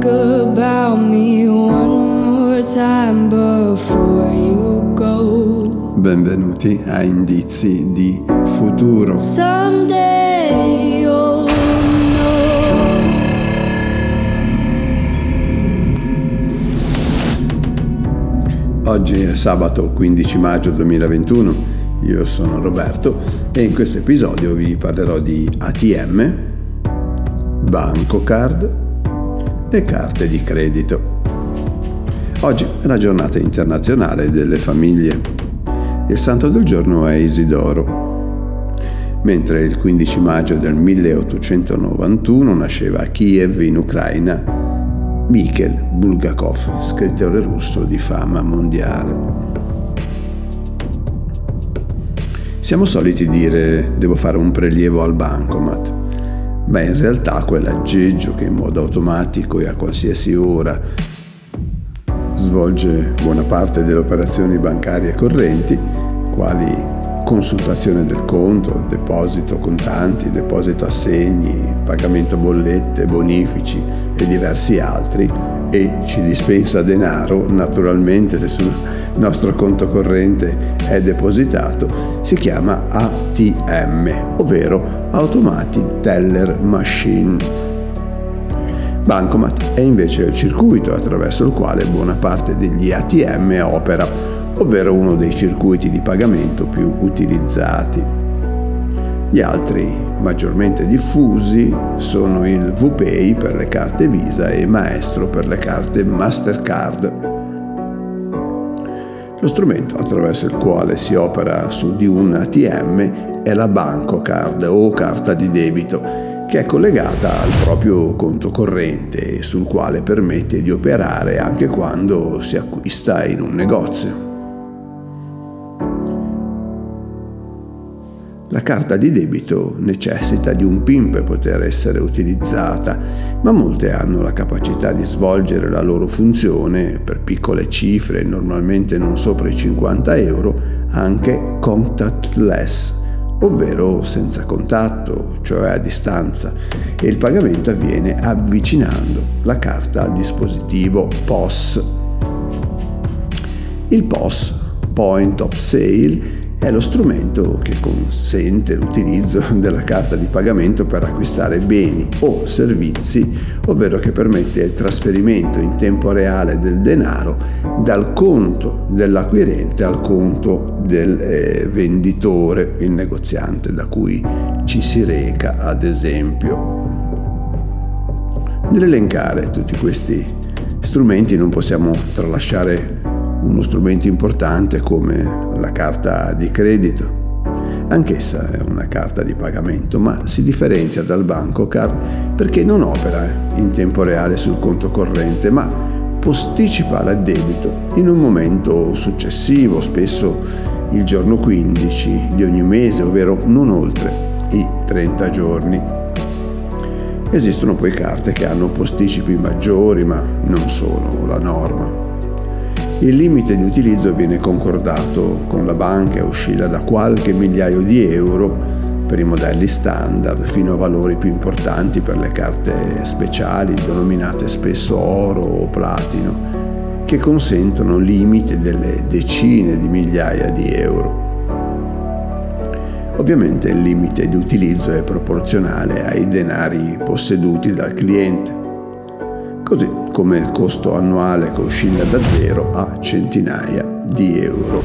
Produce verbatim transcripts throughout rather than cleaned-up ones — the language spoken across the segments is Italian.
think about me one more time before you go. Benvenuti a Indizi di Futuro. Someday you'll know. Oggi è sabato quindici maggio duemilaventuno, io sono Roberto e in questo episodio vi parlerò di A T M, BancoCard e carte di credito. Oggi è la giornata internazionale delle famiglie. Il santo del giorno è Isidoro. Mentre il quindici maggio del milleottocentonovantuno nasceva a Kiev, in Ucraina, Mikhail Bulgakov, scrittore russo di fama mondiale. Siamo soliti dire devo fare un prelievo al bancomat, ma in realtà quell'aggeggio che in modo automatico e a qualsiasi ora svolge buona parte delle operazioni bancarie correnti, quali consultazione del conto, deposito contanti, deposito assegni, pagamento bollette, bonifici e diversi altri, e ci dispensa denaro, naturalmente, se sul nostro conto corrente è depositato, si chiama A T M, ovvero Automatic Teller Machine. Bancomat è invece il circuito attraverso il quale buona parte degli A T M opera, ovvero uno dei circuiti di pagamento più utilizzati. Gli altri maggiormente diffusi sono il VPay per le carte Visa e Maestro per le carte Mastercard. Lo strumento attraverso il quale si opera su di un A T M è la BancoCard o carta di debito, che è collegata al proprio conto corrente, sul quale permette di operare anche quando si acquista in un negozio. La carta di debito necessita di un PIN per poter essere utilizzata, ma molte hanno la capacità di svolgere la loro funzione per piccole cifre, normalmente non sopra i cinquanta euro, anche contactless, ovvero senza contatto, cioè a distanza, e il pagamento avviene avvicinando la carta al dispositivo P O S. Il P O S, Point of Sale, è lo strumento che consente l'utilizzo della carta di pagamento per acquistare beni o servizi, ovvero che permette il trasferimento in tempo reale del denaro dal conto dell'acquirente al conto del eh, venditore, il negoziante da cui ci si reca, ad esempio. Nell'elencare tutti questi strumenti non possiamo tralasciare uno strumento importante come la carta di credito. Anch'essa è una carta di pagamento, ma si differenzia dal BancoCard perché non opera in tempo reale sul conto corrente, ma posticipa l'addebito in un momento successivo, spesso il giorno quindici di ogni mese, ovvero non oltre i trenta giorni. Esistono poi carte che hanno posticipi maggiori, ma non sono la norma. Il limite di utilizzo viene concordato con la banca e oscilla da qualche migliaio di euro per i modelli standard fino a valori più importanti per le carte speciali, denominate spesso oro o platino, che consentono limiti delle decine di migliaia di euro. Ovviamente il limite di utilizzo è proporzionale ai denari posseduti dal cliente, così come il costo annuale che oscilla da zero a centinaia di euro.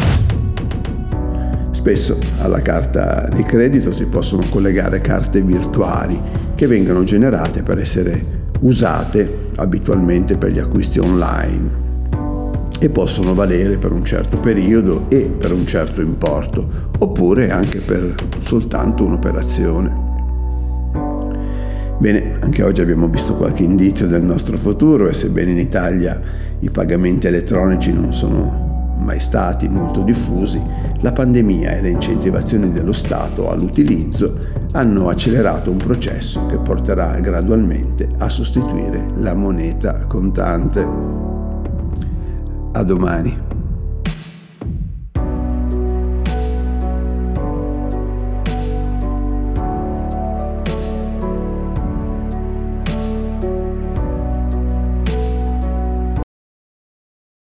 Spesso alla carta di credito si possono collegare carte virtuali che vengono generate per essere usate abitualmente per gli acquisti online e possono valere per un certo periodo e per un certo importo, oppure anche per soltanto un'operazione. Bene, anche oggi abbiamo visto qualche indizio del nostro futuro e sebbene in Italia i pagamenti elettronici non sono mai stati molto diffusi, la pandemia e le incentivazioni dello Stato all'utilizzo hanno accelerato un processo che porterà gradualmente a sostituire la moneta contante. A domani.